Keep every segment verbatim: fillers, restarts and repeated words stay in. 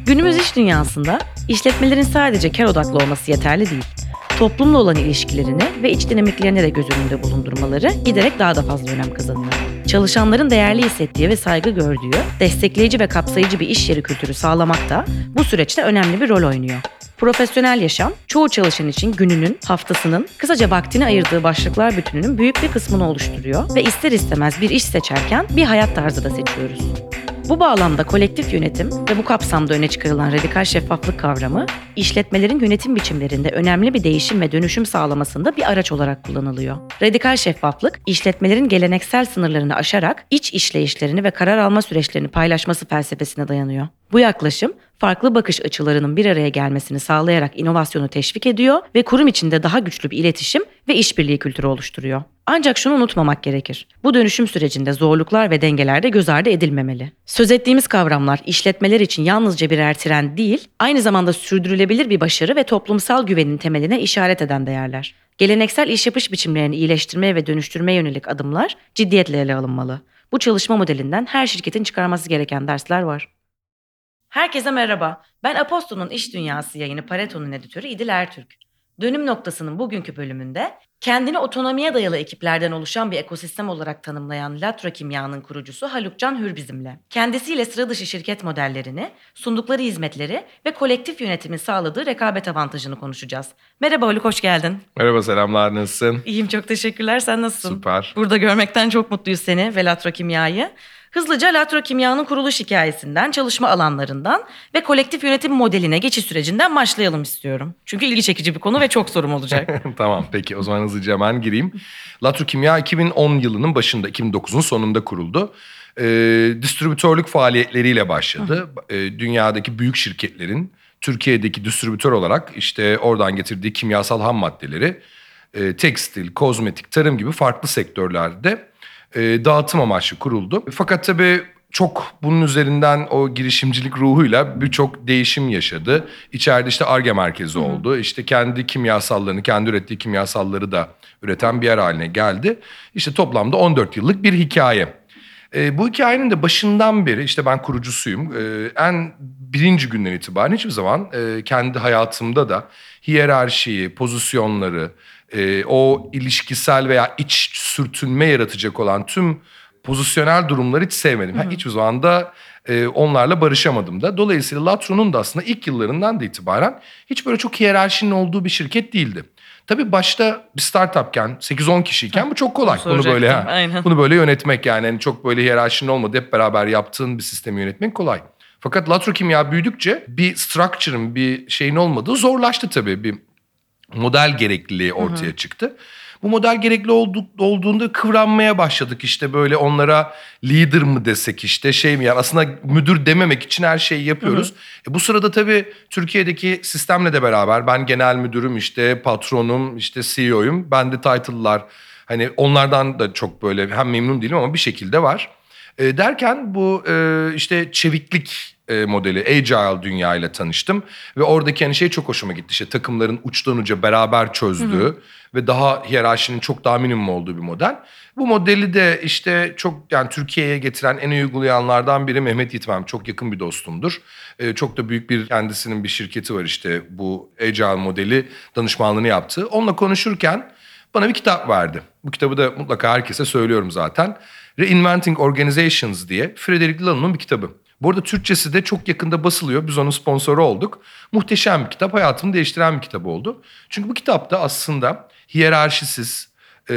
Günümüz iş dünyasında işletmelerin sadece kar odaklı olması yeterli değil. Toplumla olan ilişkilerini ve iç dinamiklerini de göz önünde bulundurmaları giderek daha da fazla önem kazanıyor. Çalışanların değerli hissettiği ve saygı gördüğü, destekleyici ve kapsayıcı bir iş yeri kültürü sağlamak da bu süreçte önemli bir rol oynuyor. Profesyonel yaşam, çoğu çalışan için gününün, haftasının, kısaca vaktini ayırdığı başlıklar bütününün büyük bir kısmını oluşturuyor ve ister istemez bir iş seçerken bir hayat tarzı da seçiyoruz. Bu bağlamda kolektif yönetim ve bu kapsamda öne çıkarılan radikal şeffaflık kavramı, işletmelerin yönetim biçimlerinde önemli bir değişim ve dönüşüm sağlamasında bir araç olarak kullanılıyor. Radikal şeffaflık, işletmelerin geleneksel sınırlarını aşarak iç işleyişlerini ve karar alma süreçlerini paylaşması felsefesine dayanıyor. Bu yaklaşım, farklı bakış açılarının bir araya gelmesini sağlayarak inovasyonu teşvik ediyor ve kurum içinde daha güçlü bir iletişim ve işbirliği kültürü oluşturuyor. Ancak şunu unutmamak gerekir. Bu dönüşüm sürecinde zorluklar ve dengeler de göz ardı edilmemeli. Söz ettiğimiz kavramlar işletmeler için yalnızca birer trend değil, aynı zamanda sürdürülebilir bir başarı ve toplumsal güvenin temeline işaret eden değerler. Geleneksel iş yapış biçimlerini iyileştirmeye ve dönüştürmeye yönelik adımlar ciddiyetle ele alınmalı. Bu çalışma modelinden her şirketin çıkarması gereken dersler var. Herkese merhaba. Ben Aposto'nun İş Dünyası yayını Pareto'nun editörü İdil Ertürk. Dönüm Noktası'nın bugünkü bölümünde kendini otonomiye dayalı ekiplerden oluşan bir ekosistem olarak tanımlayan Latra Kimya'nın kurucusu Haluk Can Hür bizimle. Kendisiyle sıra dışı şirket modellerini, sundukları hizmetleri ve kolektif yönetimin sağladığı rekabet avantajını konuşacağız. Merhaba Haluk, hoş geldin. Merhaba, selamlar, nasılsın? İyiyim, çok teşekkürler. Sen nasılsın? Süper. Burada görmekten çok mutluyuz seni ve Latra Kimya'yı. Hızlıca Latra Kimya'nın kuruluş hikayesinden, çalışma alanlarından ve kolektif yönetim modeline geçiş sürecinden başlayalım istiyorum. Çünkü ilgi çekici bir konu ve çok sorum olacak. Tamam, peki o zaman hızlıca hemen gireyim. Latra Kimya iki bin on yılının başında, iki bin dokuzun sonunda kuruldu. Ee, distribütörlük faaliyetleriyle başladı. Ee, dünyadaki büyük şirketlerin Türkiye'deki distribütör olarak işte oradan getirdiği kimyasal ham maddeleri, e, tekstil, kozmetik, tarım gibi farklı sektörlerde e, dağıtım amaçlı kuruldu. Fakat tabii çok bunun üzerinden o girişimcilik ruhuyla birçok değişim yaşadı. İçeride işte Ar-Ge merkezi oldu. Hı hı. İşte kendi kimyasallarını, kendi ürettiği kimyasalları da üreten bir yer haline geldi. İşte toplamda on dört yıllık bir hikaye. E, bu hikayenin de başından beri işte ben kurucusuyum. E, en birinci günden itibaren hiçbir zaman e, kendi hayatımda da hiyerarşiyi, pozisyonları, e, o ilişkisel veya iç sürtünme yaratacak olan tüm pozisyonel durumları hiç sevmedim. Hı hı. Hiçbir zaman da e, onlarla barışamadım da. Dolayısıyla Latro'nun da aslında ilk yıllarından da itibaren hiç böyle çok hiyerarşinin olduğu bir şirket değildi. Tabii başta bir startupken, sekiz on kişiyken bu çok kolay. Bunu böyle ha, bunu böyle yönetmek yani. yani çok böyle hiyerarşinin olmadığı, hep beraber yaptığın bir sistemi yönetmek kolay. Fakat Latra Kimya büyüdükçe bir structure'ın, bir şeyin olmadığı zorlaştı tabii. Bir model gerekliliği ortaya, hı hı, çıktı. Bu model gerekli oldu, olduğunda kıvranmaya başladık işte, böyle onlara leader mı desek, işte şey mi, yani aslında müdür dememek için her şeyi yapıyoruz. Hı hı. E bu sırada tabii Türkiye'deki sistemle de beraber ben genel müdürüm, işte patronum, işte C E O'yum. Bende title'lar hani onlardan da çok böyle hem memnun değilim ama bir şekilde var. E, derken bu e, işte çeviklik e, modeli, agile dünyayla tanıştım. Ve oradaki hani şey çok hoşuma gitti. İşte takımların uçtan uca beraber çözdüğü, hı hı, ve daha hiyerarşinin çok daha minimum olduğu bir model. Bu modeli de işte çok, yani Türkiye'ye getiren, en iyi uygulayanlardan biri Mehmet Yitmem. Çok yakın bir dostumdur. E, çok da büyük bir, kendisinin bir şirketi var işte, bu agile modeli danışmanlığını yaptığı. Onunla konuşurken bana bir kitap verdi. Bu kitabı da mutlaka herkese söylüyorum zaten. Reinventing Organizations diye Frederick Lalou'nun bir kitabı. Bu arada Türkçesi de çok yakında basılıyor. Biz onun sponsoru olduk. Muhteşem bir kitap. Hayatımı değiştiren bir kitap oldu. Çünkü bu kitapta aslında hiyerarşisiz,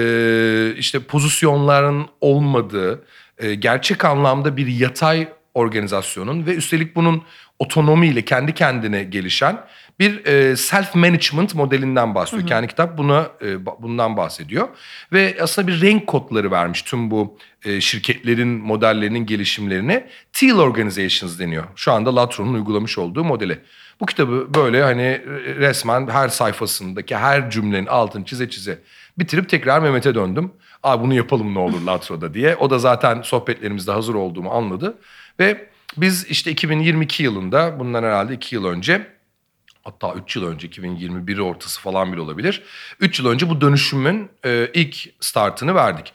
işte pozisyonların olmadığı, gerçek anlamda bir yatay organizasyonun ve üstelik bunun otonomiyle kendi kendine gelişen bir self management modelinden bahsediyor. Hı hı. Kendi kitap buna bundan bahsediyor ve aslında bir renk kodları vermiş tüm bu şirketlerin modellerinin gelişimlerine. Teal Organizations deniyor. Şu anda Latro'nun uygulamış olduğu modeli. Bu kitabı böyle hani resmen her sayfasındaki her cümlenin altını çize çize bitirip tekrar Mehmet'e döndüm. Abi bunu yapalım ne olur Latro'da diye. O da zaten sohbetlerimizde hazır olduğumu anladı. Ve biz işte iki bin yirmi iki yılında, bundan herhalde iki yıl önce, hatta üç yıl önce, iki bin yirmi bir ortası falan bile olabilir. üç yıl önce bu dönüşümün e, ilk startını verdik.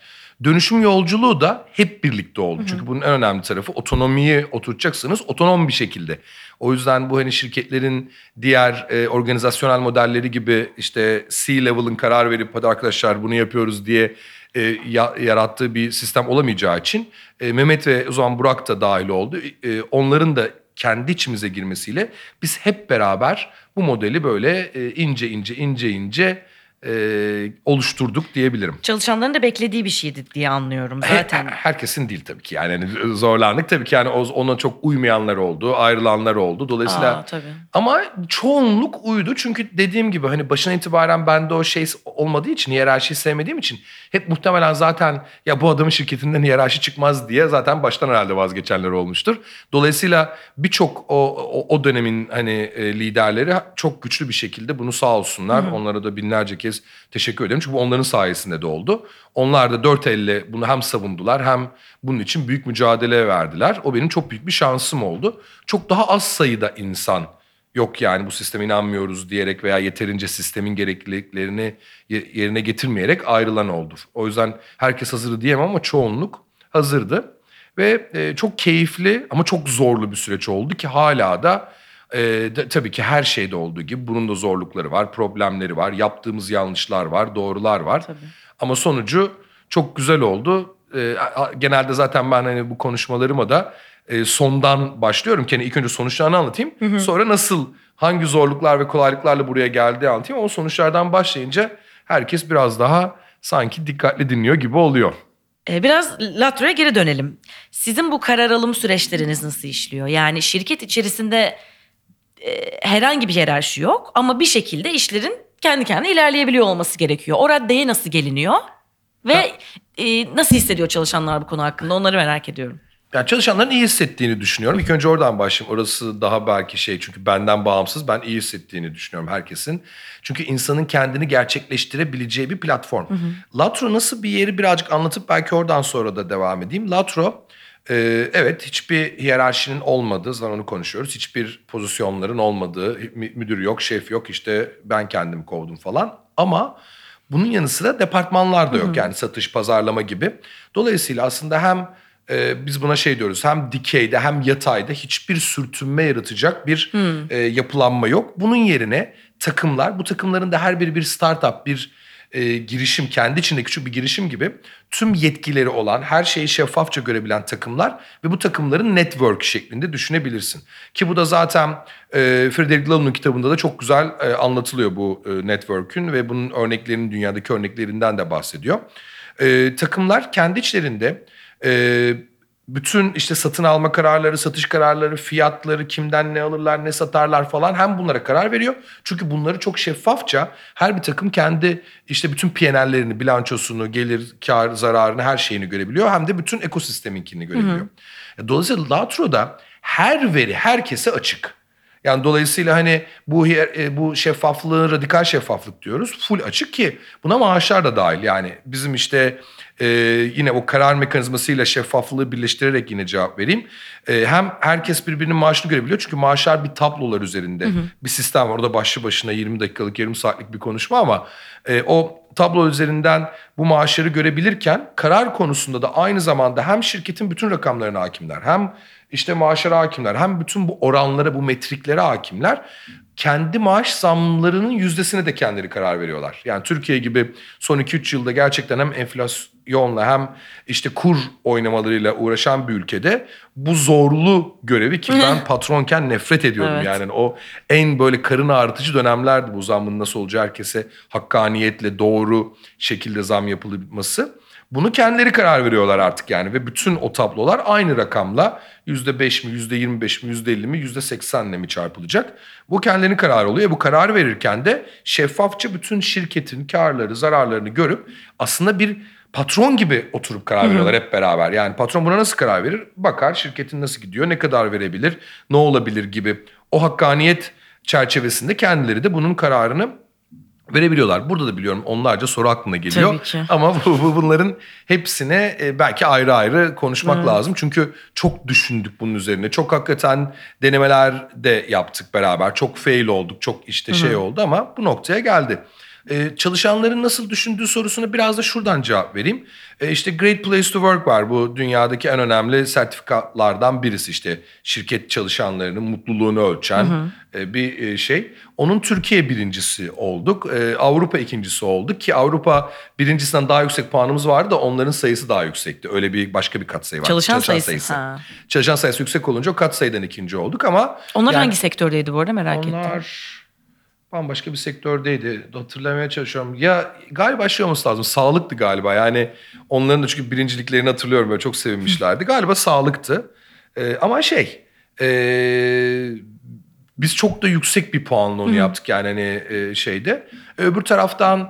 dönüşüm yolculuğu da hep birlikte oldu. Hı hı. Çünkü bunun en önemli tarafı otonomiyi oturtacaksınız otonom bir şekilde. O yüzden bu hani şirketlerin diğer e, organizasyonel modelleri gibi işte C-level'ın karar verip hadi arkadaşlar bunu yapıyoruz diye e, ya, yarattığı bir sistem olamayacağı için e, Mehmet ve o zaman Burak da dahil oldu. E, onların da kendi içimize girmesiyle biz hep beraber bu modeli böyle e, ince ince ince ince e, oluşturduk diyebilirim. Çalışanların da beklediği bir şeydi diye anlıyorum zaten. Her, herkesin değil tabii ki yani, yani zorlandık tabii ki yani ona çok uymayanlar oldu, ayrılanlar oldu. Dolayısıyla Aa, tabii. Ama çoğunluk uydu çünkü dediğim gibi hani başına itibaren bende o şey olmadığı için, hiyerarşiyi sevmediğim için hep muhtemelen zaten ya bu adamın şirketinden hiyerarşi çıkmaz diye zaten baştan herhalde vazgeçenler olmuştur. Dolayısıyla birçok o, o, o dönemin hani e, liderleri çok güçlü bir şekilde bunu sağ olsunlar. Hı hı. Onlara da binlerce kez teşekkür ederim çünkü bu onların sayesinde de oldu. Onlar da dört elle bunu hem savundular hem bunun için büyük mücadele verdiler. O benim çok büyük bir şansım oldu. Çok daha az sayıda insan yok yani bu sisteme inanmıyoruz diyerek veya yeterince sistemin gerekliliklerini yerine getirmeyerek ayrılan oldu. O yüzden herkes hazırdı diyemem ama çoğunluk hazırdı. Ve e, çok keyifli ama çok zorlu bir süreç oldu ki hala da e, de, tabii ki her şeyde olduğu gibi bunun da zorlukları var, problemleri var, yaptığımız yanlışlar var, doğrular var. Tabii. Ama sonucu çok güzel oldu. E, genelde zaten ben hani bu konuşmalarıma da e, sondan başlıyorum. Yani ilk önce sonuçlarını anlatayım. Hı hı. Sonra nasıl, hangi zorluklar ve kolaylıklarla buraya geldiği anlatayım. Ama sonuçlardan başlayınca herkes biraz daha sanki dikkatli dinliyor gibi oluyor. Biraz Latro'ya geri dönelim. Sizin bu karar alım süreçleriniz nasıl işliyor? Yani şirket içerisinde e, herhangi bir hiyerarşi yok ama bir şekilde işlerin kendi kendine ilerleyebiliyor olması gerekiyor. O raddeye nasıl geliniyor? Ve e, nasıl hissediyor çalışanlar bu konu hakkında? Onları merak ediyorum. Yani çalışanların iyi hissettiğini düşünüyorum. İlk önce oradan başlayayım. Orası daha belki şey çünkü benden bağımsız. Ben iyi hissettiğini düşünüyorum herkesin. Çünkü insanın kendini gerçekleştirebileceği bir platform. Hı hı. Latro nasıl bir yeri birazcık anlatıp belki oradan sonra da devam edeyim. Latro e, evet hiçbir hiyerarşinin olmadığı, zaten onu konuşuyoruz. Hiçbir pozisyonların olmadığı, müdür yok, şef yok, işte ben kendimi kovdum falan. Ama bunun yanı sıra departmanlar da yok. Hı hı. Yani satış, pazarlama gibi. Dolayısıyla aslında hem Ee, biz buna şey diyoruz, hem dikeyde hem yatayda hiçbir sürtünme yaratacak bir hmm. e, yapılanma yok. Bunun yerine takımlar, bu takımların da her biri bir startup, bir e, girişim, kendi içinde küçük bir girişim gibi tüm yetkileri olan, her şeyi şeffafça görebilen takımlar ve bu takımların network şeklinde düşünebilirsin. Ki bu da zaten e, Frederick Lalou'nun kitabında da çok güzel e, anlatılıyor bu e, network'ün ve bunun örneklerinin, dünyadaki örneklerinden de bahsediyor. E, takımlar kendi içlerinde Ee, bütün işte satın alma kararları, satış kararları, fiyatları, kimden ne alırlar, ne satarlar falan hem bunlara karar veriyor. Çünkü bunları çok şeffafça her bir takım kendi işte bütün P and L'lerini, bilançosunu, gelir, kar, zararını, her şeyini görebiliyor. Hem de bütün ekosisteminkini görebiliyor. Hı hı. Dolayısıyla Latro'da her veri herkese açık. Yani dolayısıyla hani bu bu şeffaflığı, radikal şeffaflık diyoruz. Full açık ki buna maaşlar da dahil. Yani bizim işte e, yine o karar mekanizmasıyla şeffaflığı birleştirerek yine cevap vereyim. E, hem herkes birbirinin maaşını görebiliyor. Çünkü maaşlar bir tablolar üzerinde. Hı hı. Bir sistem var. Orada başlı başına yirmi dakikalık, yarım saatlik bir konuşma ama e, o tablo üzerinden bu maaşları görebilirken karar konusunda da aynı zamanda hem şirketin bütün rakamlarına hakimler, hem işte maaşlara hakimler, hem bütün bu oranlara, bu metriklere hakimler. Kendi maaş zamlarının yüzdesine de kendileri karar veriyorlar. Yani Türkiye gibi son iki üç yılda gerçekten hem enflasyonla hem işte kur oynamalarıyla uğraşan bir ülkede bu zorlu görevi, ki ben patronken nefret ediyordum. Evet. Yani o en böyle karın ağrıtıcı dönemlerdi bu zammın nasıl olacağı, herkese hakkaniyetle doğru şekilde zam yapılması. Bunu kendileri karar veriyorlar artık yani ve bütün o tablolar aynı rakamla yüzde beş mi, yüzde yirmi beş mi, yüzde elli mi, yüzde seksenle mi çarpılacak? Bu kendilerinin kararı oluyor. Bu karar verirken de şeffafça bütün şirketin karları, zararlarını görüp aslında bir patron gibi oturup karar veriyorlar hep beraber. Yani patron buna nasıl karar verir? Bakar şirketin nasıl gidiyor, ne kadar verebilir, ne olabilir gibi o hakkaniyet çerçevesinde kendileri de bunun kararını verebiliyorlar. Burada da biliyorum onlarca soru aklına geliyor. Tabii ki. Ama bu, bu bunların hepsine e, belki ayrı ayrı konuşmak evet. lazım. Çünkü çok düşündük bunun üzerine. Çok hakikaten denemeler de yaptık beraber. Çok fail olduk. Çok işte Hı-hı. şey oldu ama bu noktaya geldi. Ee, çalışanların nasıl düşündüğü sorusuna biraz da şuradan cevap vereyim. Ee, işte Great Place to Work var. Bu dünyadaki en önemli sertifikalardan birisi. İşte şirket çalışanlarının mutluluğunu ölçen e, bir e, şey. Onun Türkiye birincisi olduk. Ee, Avrupa ikincisi olduk ki Avrupa birincisinden daha yüksek puanımız vardı da onların sayısı daha yüksekti. Öyle bir başka bir katsayı var. Çalışan, Çalışan sayısı. sayısı. Ha. Çalışan sayısı yüksek olunca o katsayıdan ikinci olduk ama... Onlar yani, hangi sektördeydi bu arada merak onlar... ettim. Onlar bambaşka bir sektördeydi. Hatırlamaya çalışıyorum. Ya galiba şey olması lazım. Sağlıktı galiba. Yani onların da çünkü birinciliklerini hatırlıyorum. Böyle çok sevinmişlerdi. Galiba sağlıktı. Ee, ama şey... Ee, biz çok da yüksek bir puanla onu Hı-hı. yaptık yani hani e, şeyde. Öbür taraftan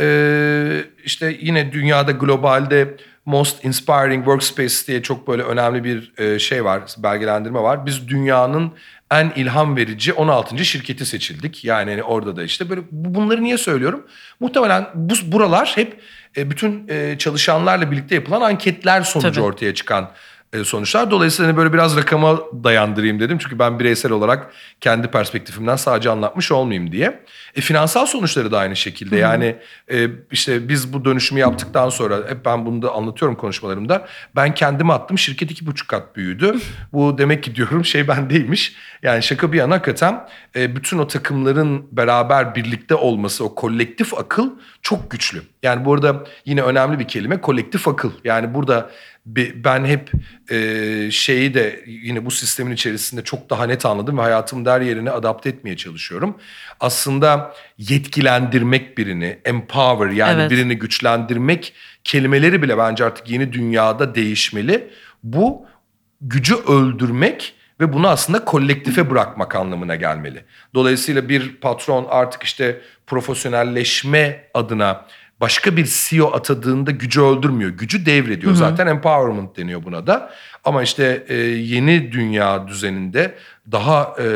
e, işte yine dünyada globalde Most Inspiring Workspace diye çok böyle önemli bir e, şey var, belgelendirme var. Biz dünyanın en ilham verici on altıncı şirketi seçildik. Yani hani orada da işte böyle bunları niye söylüyorum? Muhtemelen bu buralar hep e, bütün e, çalışanlarla birlikte yapılan anketler sonucu Tabii. ortaya çıkan sonuçlar. Dolayısıyla hani böyle biraz rakama dayandırayım dedim. Çünkü ben bireysel olarak kendi perspektifimden sadece anlatmış olmayayım diye. E, finansal sonuçları da aynı şekilde. Hı-hı. Yani e, işte biz bu dönüşümü yaptıktan sonra hep ben bunu da anlatıyorum konuşmalarımda. Ben kendimi attım. Şirket iki buçuk kat büyüdü. Bu demek ki diyorum şey bendeymiş. Yani şaka bir yana hakikaten e, bütün o takımların beraber birlikte olması, o kolektif akıl çok güçlü. Yani bu arada yine önemli bir kelime kolektif akıl. Yani burada ben hep e, şeyi de yine bu sistemin içerisinde çok daha net anladım ve hayatımın her yerine adapte etmeye çalışıyorum. Aslında yetkilendirmek birini, empower yani evet. birini güçlendirmek kelimeleri bile bence artık yeni dünyada değişmeli. Bu gücü öldürmek ve bunu aslında kolektife bırakmak anlamına gelmeli. Dolayısıyla bir patron artık işte profesyonelleşme adına başka bir C E O atadığında gücü öldürmüyor. Gücü devrediyor. Hı hı. Zaten empowerment deniyor buna da. Ama işte e, yeni dünya düzeninde daha e,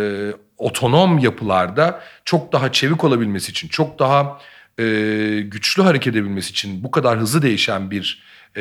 otonom yapılarda çok daha çevik olabilmesi için, çok daha e, güçlü hareket edebilmesi için bu kadar hızlı değişen bir e,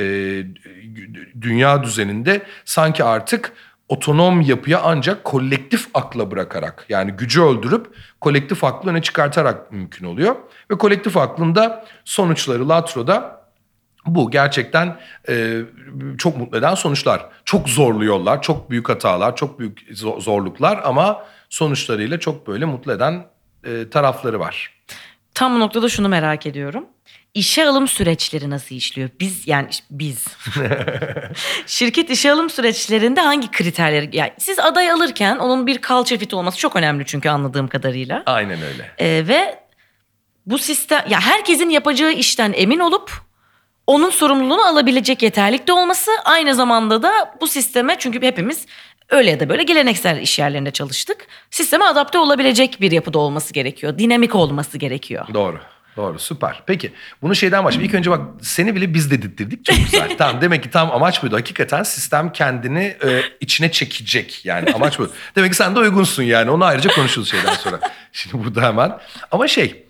dünya düzeninde sanki artık otonom yapıya ancak kolektif akla bırakarak yani gücü öldürüp kolektif aklı öne çıkartarak mümkün oluyor. Ve kolektif aklında sonuçları Latro'da bu gerçekten e, çok mutlu eden sonuçlar. Çok zorlu yollar, çok büyük hatalar, çok büyük zorluklar ama sonuçlarıyla çok böyle mutlu eden e, tarafları var. Tam bu noktada şunu merak ediyorum. İşe alım süreçleri nasıl işliyor? Biz yani biz şirket işe alım süreçlerinde hangi kriterleri yani siz aday alırken onun bir culture fit olması çok önemli çünkü anladığım kadarıyla. Aynen öyle. Ee, ve bu sistem ya herkesin yapacağı işten emin olup onun sorumluluğunu alabilecek yeterlikte olması aynı zamanda da bu sisteme çünkü hepimiz öyle ya da böyle geleneksel iş yerlerinde çalıştık. Sisteme adapte olabilecek bir yapıda olması gerekiyor. Dinamik olması gerekiyor. Doğru. Doğru, süper. Peki bunu şeyden başlayalım. İlk önce bak seni bile biz dedirttirdik. Çok güzel. Tamam, demek ki tam amaç buydu. Hakikaten sistem kendini e, içine çekecek. Yani amaç bu. Demek ki sen de uygunsun yani. Onu ayrıca konuşuruz şeyden sonra. Şimdi burada hemen. Ama şey...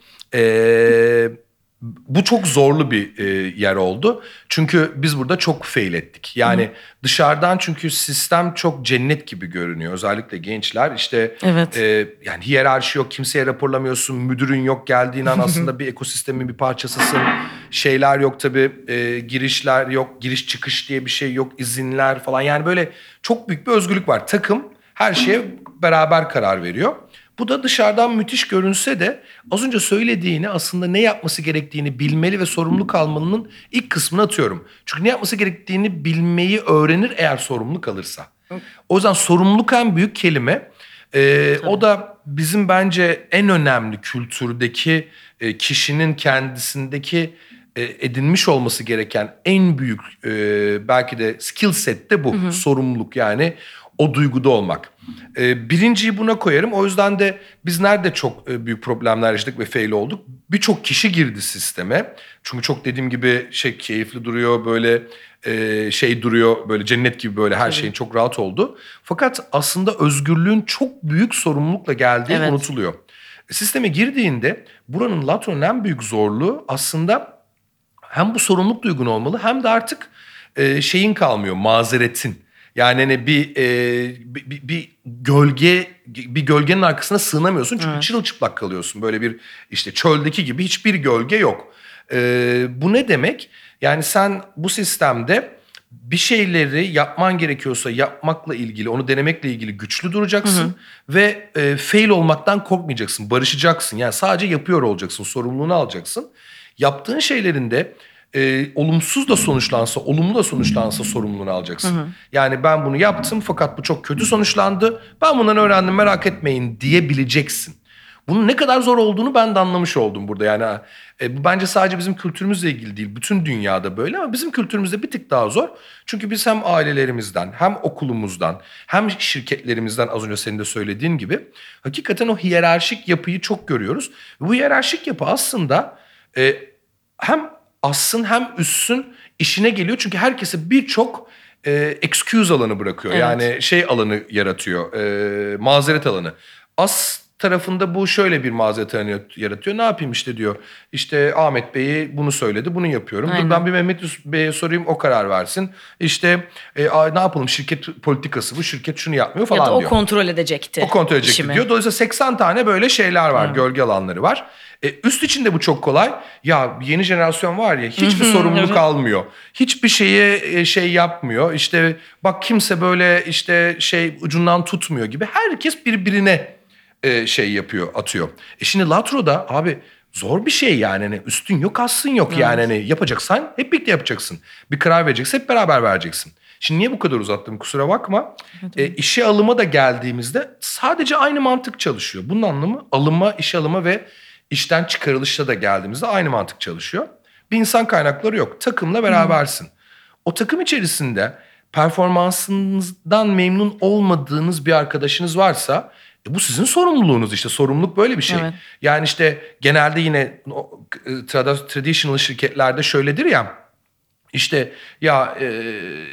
E, bu çok zorlu bir e, yer oldu. Çünkü biz burada çok fail ettik. Yani Hı. dışarıdan çünkü sistem çok cennet gibi görünüyor. Özellikle gençler işte evet. e, yani hiyerarşi yok, kimseye raporlamıyorsun, müdürün yok, geldiğin an aslında bir ekosistemin bir parçasısın. Şeyler yok tabii, e, girişler yok, giriş çıkış diye bir şey yok, izinler falan. Yani böyle çok büyük bir özgürlük var. Takım her şeye beraber karar veriyor. Bu da dışarıdan müthiş görünse de az önce söylediğini aslında ne yapması gerektiğini bilmeli ve sorumluluk almalının ilk kısmını atıyorum. Çünkü ne yapması gerektiğini bilmeyi öğrenir eğer sorumluluk alırsa. O yüzden sorumluluk en büyük kelime. Ee, o da bizim bence en önemli kültürdeki e, kişinin kendisindeki e, edinmiş olması gereken en büyük e, belki de skill set de bu. Hı hı. Sorumluluk yani. O duyguda olmak. Ee, birinciyi buna koyarım. O yüzden de biz nerede çok e, büyük problemler yaşadık ve fail olduk. Birçok kişi girdi sisteme. Çünkü çok dediğim gibi şey keyifli duruyor, böyle e, şey duruyor, böyle cennet gibi böyle her evet. şeyin çok rahat oldu. Fakat aslında özgürlüğün çok büyük sorumlulukla geldiği evet. unutuluyor. Sisteme girdiğinde buranın Latro'nun en büyük zorluğu aslında hem bu sorumluluk duygun olmalı hem de artık e, şeyin kalmıyor, mazeretin. Yani hani bir, e, bir, bir, bir gölge bir gölgenin arkasına sığınamıyorsun çünkü Evet. çırılçıplak kalıyorsun. Böyle bir işte çöldeki gibi hiçbir gölge yok. E, bu ne demek? Yani sen bu sistemde bir şeyleri yapman gerekiyorsa yapmakla ilgili, onu denemekle ilgili güçlü duracaksın. Hı hı. Ve e, fail olmaktan korkmayacaksın, barışacaksın. Yani sadece yapıyor olacaksın, sorumluluğunu alacaksın. Yaptığın şeylerin de e, olumsuz da sonuçlansa, olumlu da sonuçlansa sorumluluğunu alacaksın. Hı hı. Yani ben bunu yaptım fakat bu çok kötü sonuçlandı. Ben bundan öğrendim, merak etmeyin diyebileceksin. Bunun ne kadar zor olduğunu ben de anlamış oldum burada. Yani e, bu bence sadece bizim kültürümüzle ilgili değil. Bütün dünyada böyle ama bizim kültürümüzde bir tık daha zor. Çünkü biz hem ailelerimizden, hem okulumuzdan, hem şirketlerimizden az önce senin de söylediğin gibi hakikaten o hiyerarşik yapıyı çok görüyoruz. Bu hiyerarşik yapı aslında e, hem assın hem üssün işine geliyor. Çünkü herkese birçok e, excuse alanı bırakıyor. Evet. Yani şey alanı yaratıyor, e, mazeret alanı. As tarafında bu şöyle bir mazeret alanı yaratıyor. Ne yapayım işte diyor. İşte Ahmet Bey'i bunu söyledi, bunu yapıyorum. Aynen. Dur ben bir Mehmet Bey'e sorayım, o karar versin. İşte e, a, ne yapalım, şirket politikası bu, şirket şunu yapmıyor falan Ya da o diyor. kontrol edecekti. O kontrol edecekti işimi. diyor. Dolayısıyla seksen tane böyle şeyler var, Evet. gölge alanları var. E, üst için de bu çok kolay. Ya yeni jenerasyon var ya, hiçbir sorumluluk evet. almıyor. Hiçbir şeye e, şey yapmıyor. İşte bak kimse böyle işte şey ucundan tutmuyor gibi. Herkes birbirine e, şey yapıyor, atıyor. E şimdi Latro'da abi zor bir şey yani. Hani üstün yok, aslın yok yani. Hani yapacaksan hep birlikte yapacaksın. Bir karar vereceksin, hep beraber vereceksin. Şimdi niye bu kadar uzattım, kusura bakma. E, işe alıma da geldiğimizde sadece aynı mantık çalışıyor. Bunun anlamı alıma, işe alıma ve işten çıkarılışta da geldiğimizde aynı mantık çalışıyor. Bir insan kaynakları yok. Takımla berabersin. O takım içerisinde performansınızdan memnun olmadığınız bir arkadaşınız varsa e, bu sizin sorumluluğunuz işte. Sorumluluk böyle bir şey. Evet. Yani işte genelde yine o, e, trad- traditional şirketlerde şöyledir ya. İşte ya e,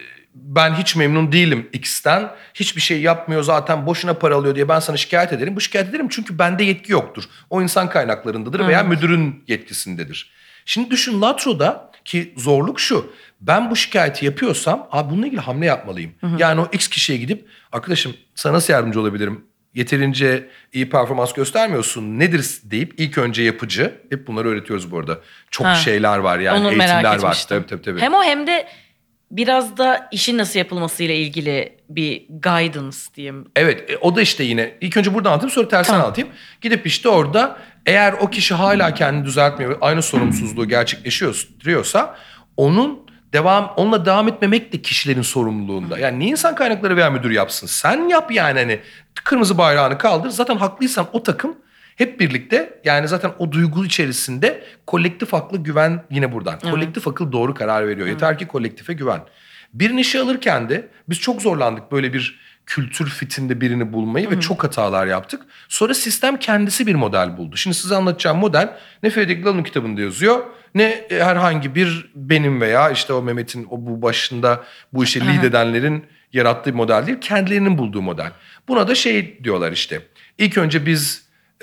ben hiç memnun değilim X'ten. Hiçbir şey yapmıyor zaten, boşuna para alıyor diye ben sana şikayet ederim. Bu şikayet ederim çünkü bende yetki yoktur. O insan kaynaklarındadır veya Evet. müdürün yetkisindedir. Şimdi düşün Latro'da ki zorluk şu. Ben bu şikayeti yapıyorsam abi bununla ilgili hamle yapmalıyım. Yani o X kişiye gidip arkadaşım sana nasıl yardımcı olabilirim? Yeterince iyi performans göstermiyorsun nedir deyip ilk önce yapıcı. Hep bunları öğretiyoruz bu arada. Çok Ha. şeyler var yani, Onu merak eğitimler var. etmiştim. Tabii tabii tabii. Hem o hem de biraz da işin nasıl yapılmasıyla ilgili bir guidance diyeyim. Evet, e, o da işte yine ilk önce buradan anlatayım sonra tersten Tamam. anlatayım. Gidip işte orada eğer o kişi hala kendini düzeltmiyor ve aynı sorumsuzluğu gerçekleştiriyorsa onun devam onunla devam etmemek de kişilerin sorumluluğunda. Yani niye insan kaynakları veya müdür yapsın? Sen yap yani, hani kırmızı bayrağını kaldır. Zaten haklıysan o takım hep birlikte, yani zaten o duygu içerisinde kolektif aklı güven yine buradan. Kolektif akıl doğru karar veriyor. Yeter ki kolektife güven. Birini işe alırken de biz çok zorlandık böyle bir kültür fitinde birini bulmayı ve çok hatalar yaptık. Sonra sistem kendisi bir model buldu. Şimdi size anlatacağım model ne Frederick Lalou'nun kitabında yazıyor, ne herhangi bir benim veya işte o Mehmet'in o bu başında bu işe lead edenlerin yarattığı bir model değil. Kendilerinin bulduğu model. Buna da şey diyorlar işte. İlk önce biz e,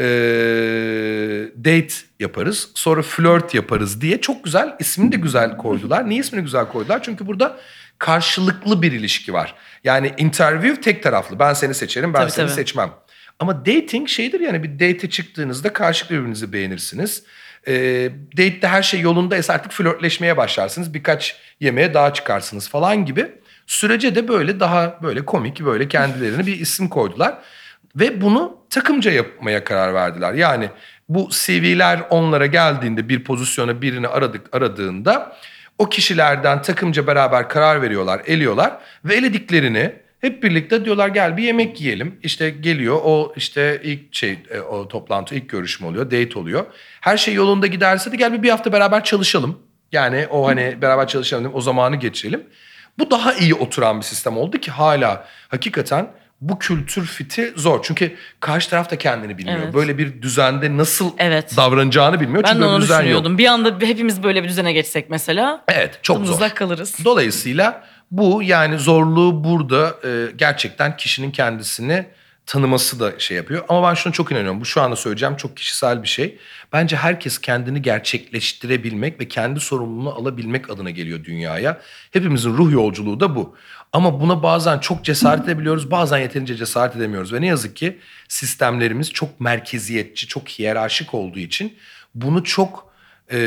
date yaparız, sonra flirt yaparız diye çok güzel, ismini de güzel koydular. Niye ismini güzel koydular? Çünkü burada karşılıklı bir ilişki var. Yani interview tek taraflı. Ben seni seçerim, ben Tabii, seni tabii. seçmem. Ama dating şeydir yani, bir date'e çıktığınızda karşılıklı birbirinizi beğenirsiniz. Ee, date'de her şey yolundaysa artık flörtleşmeye başlarsınız. Birkaç yemeğe daha çıkarsınız falan gibi. Sürece de böyle daha böyle komik, böyle kendilerine bir isim koydular. Ve bunu takımca yapmaya karar verdiler. Yani bu C V'ler onlara geldiğinde, bir pozisyona birini aradık aradığında o kişilerden takımca beraber karar veriyorlar, eliyorlar ve elediklerini hep birlikte diyorlar gel bir yemek yiyelim. İşte geliyor o işte ilk şey e, o toplantı, ilk görüşme oluyor, date oluyor. Her şey yolunda giderse de gel bir, bir hafta beraber çalışalım. Yani o hani beraber çalışalım, o zamanı geçirelim. Bu daha iyi oturan bir sistem oldu ki hala hakikaten bu kültür fiti zor. Çünkü karşı taraf da kendini bilmiyor. Evet. Böyle bir düzende nasıl Evet. davranacağını bilmiyor. Ben Çünkü de böyle onu bir düzen yok. düşünüyordum. Bir anda hepimiz böyle bir düzene geçsek mesela. Evet, çok zor. Dımdızlak kalırız. Dolayısıyla bu yani zorluğu burada e, gerçekten kişinin kendisini tanıması da şey yapıyor. Ama ben şuna çok inanıyorum. Bu şu anda söyleyeceğim çok kişisel bir şey. Bence herkes kendini gerçekleştirebilmek ve kendi sorumluluğunu alabilmek adına geliyor dünyaya. Hepimizin ruh yolculuğu da bu. Ama buna bazen çok cesaret edebiliyoruz, bazen yeterince cesaret edemiyoruz. Ve ne yazık ki sistemlerimiz çok merkeziyetçi, çok hiyerarşik olduğu için bunu çok e,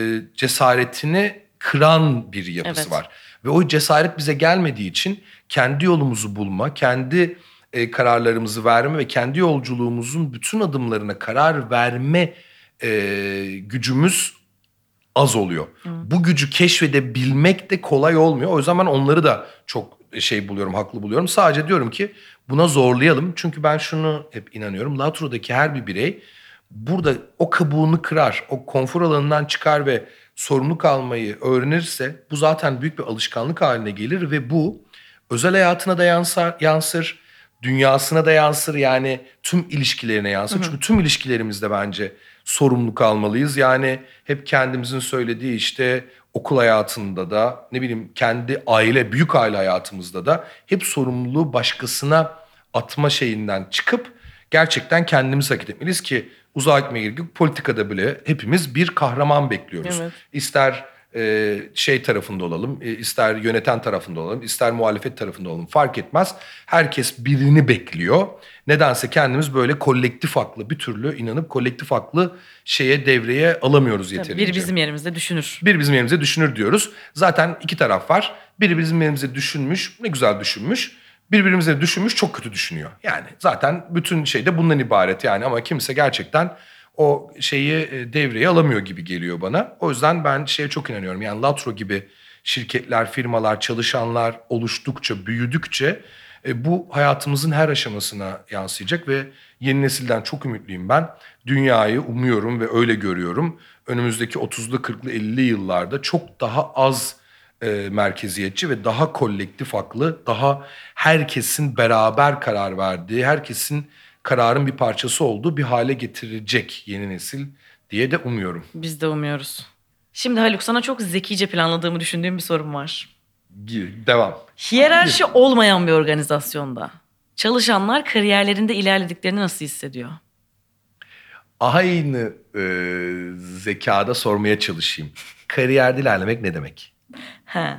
cesaretini kıran bir yapısı Evet. var. Ve o cesaret bize gelmediği için kendi yolumuzu bulma, kendi e, kararlarımızı verme ve kendi yolculuğumuzun bütün adımlarına karar verme e, gücümüz az oluyor. Hı. Bu gücü keşfedebilmek de kolay olmuyor. O yüzden ben onları da çok şey buluyorum, haklı buluyorum. Sadece diyorum ki buna zorlayalım. Çünkü ben şunu hep inanıyorum. Latro'daki her bir birey burada o kabuğunu kırar, o konfor alanından çıkar ve sorumluluk almayı öğrenirse bu zaten büyük bir alışkanlık haline gelir ve bu özel hayatına da yansır, yansır dünyasına da yansır, yani tüm ilişkilerine yansır. Hı hı. Çünkü tüm ilişkilerimizde bence sorumluluk almalıyız. Yani hep kendimizin söylediği işte okul hayatında da ne bileyim kendi aile, büyük aile hayatımızda da hep sorumluluğu başkasına atma şeyinden çıkıp gerçekten kendimiz hareket etmeliyiz ki uzağa gitmeye gerek yok. Politikada bile hepimiz bir kahraman bekliyoruz. Evet. İster e, şey tarafında olalım, e, ister yöneten tarafında olalım, ister muhalefet tarafında olalım fark etmez. Herkes birini bekliyor. Nedense kendimiz böyle kolektif aklı bir türlü inanıp kolektif aklı şeye devreye alamıyoruz yeterince. Biri bizim yerimizde düşünür. Biri bizim yerimizde düşünür diyoruz. Zaten iki taraf var. Biri bizim yerimizde düşünmüş, ne güzel düşünmüş. Birbirimize düşünmüş, çok kötü düşünüyor. Yani zaten bütün şey de bundan ibaret yani, ama kimse gerçekten o şeyi devreye alamıyor gibi geliyor bana. O yüzden ben şeye çok inanıyorum. Yani Latro gibi şirketler, firmalar, çalışanlar oluştukça, büyüdükçe e, bu hayatımızın her aşamasına yansıyacak ve yeni nesilden çok ümitliyim ben. Dünyayı umuyorum ve öyle görüyorum. Önümüzdeki otuzlu, kırklı, ellili yıllarda çok daha az e, merkeziyetçi ve daha kolektif aklı, daha herkesin beraber karar verdiği, herkesin kararın bir parçası olduğu bir hale getirecek yeni nesil diye de umuyorum. Biz de umuyoruz. Şimdi Haluk, sana çok zekice planladığımı düşündüğüm bir sorum var. Gir, devam. Hiyerarşi Gir. olmayan bir organizasyonda çalışanlar kariyerlerinde ilerlediklerini nasıl hissediyor? Aynı e, zekada sormaya çalışayım. Kariyerde ilerlemek ne demek? He.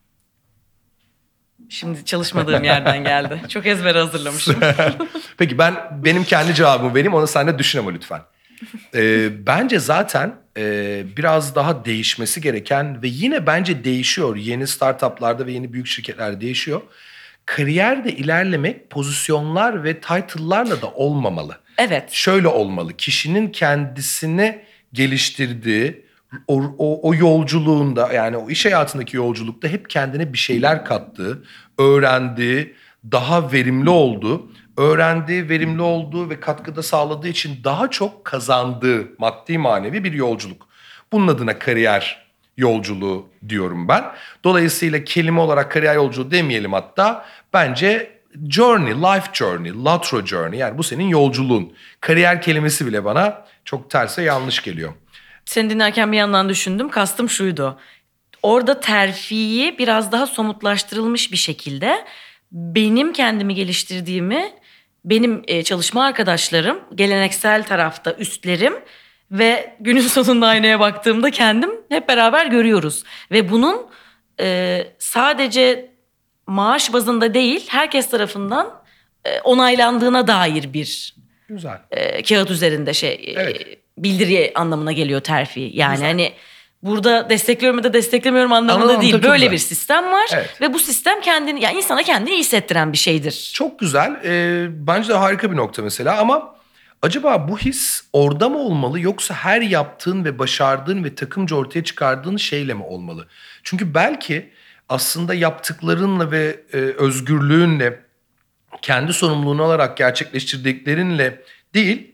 Şimdi çalışmadığım yerden geldi. Çok ezbere hazırlamışım. Peki ben benim kendi cevabımı vereyim, onu sen de düşün ama lütfen. Ee, bence zaten e, biraz daha değişmesi gereken ve yine bence değişiyor. Yeni startuplarda ve yeni büyük şirketlerde değişiyor. Kariyerde ilerlemek pozisyonlar ve title'larla da olmamalı. Evet. Şöyle olmalı. Kişinin kendisini geliştirdiği o, o, o yolculuğunda, yani o iş hayatındaki yolculukta hep kendine bir şeyler kattığı, öğrendiği, daha verimli olduğu, öğrendiği, verimli olduğu ve katkıda sağladığı için daha çok kazandığı maddi manevi bir yolculuk. Bunun adına kariyer yolculuğu diyorum ben. Dolayısıyla kelime olarak kariyer yolculuğu demeyelim hatta. Bence journey, life journey, latro journey, yani bu senin yolculuğun. Kariyer kelimesi bile bana çok terse yanlış geliyor. Seni dinlerken bir yandan düşündüm. Kastım şuydu. Orada terfiyi biraz daha somutlaştırılmış bir şekilde benim kendimi geliştirdiğimi, benim çalışma arkadaşlarım, geleneksel tarafta üstlerim ve günün sonunda aynaya baktığımda kendim hep beraber görüyoruz. Ve bunun e, sadece maaş bazında değil, herkes tarafından e, onaylandığına dair bir Güzel. E, kağıt üzerinde şey evet. e, bildiri anlamına geliyor terfi. Yani güzel. Hani burada destekliyorum ya da desteklemiyorum anlamında Anladım, değil. Böyle güzel. Bir sistem var evet. Ve bu sistem kendini, yani insana kendini iyi hissettiren bir şeydir. Çok güzel. Ee, bence de harika bir nokta mesela, ama acaba bu his orada mı olmalı, yoksa her yaptığın ve başardığın ve takımca ortaya çıkardığın şeyle mi olmalı? Çünkü belki aslında yaptıklarınla ve e, özgürlüğünle, kendi sorumluluğunu alarak gerçekleştirdiklerinle değil,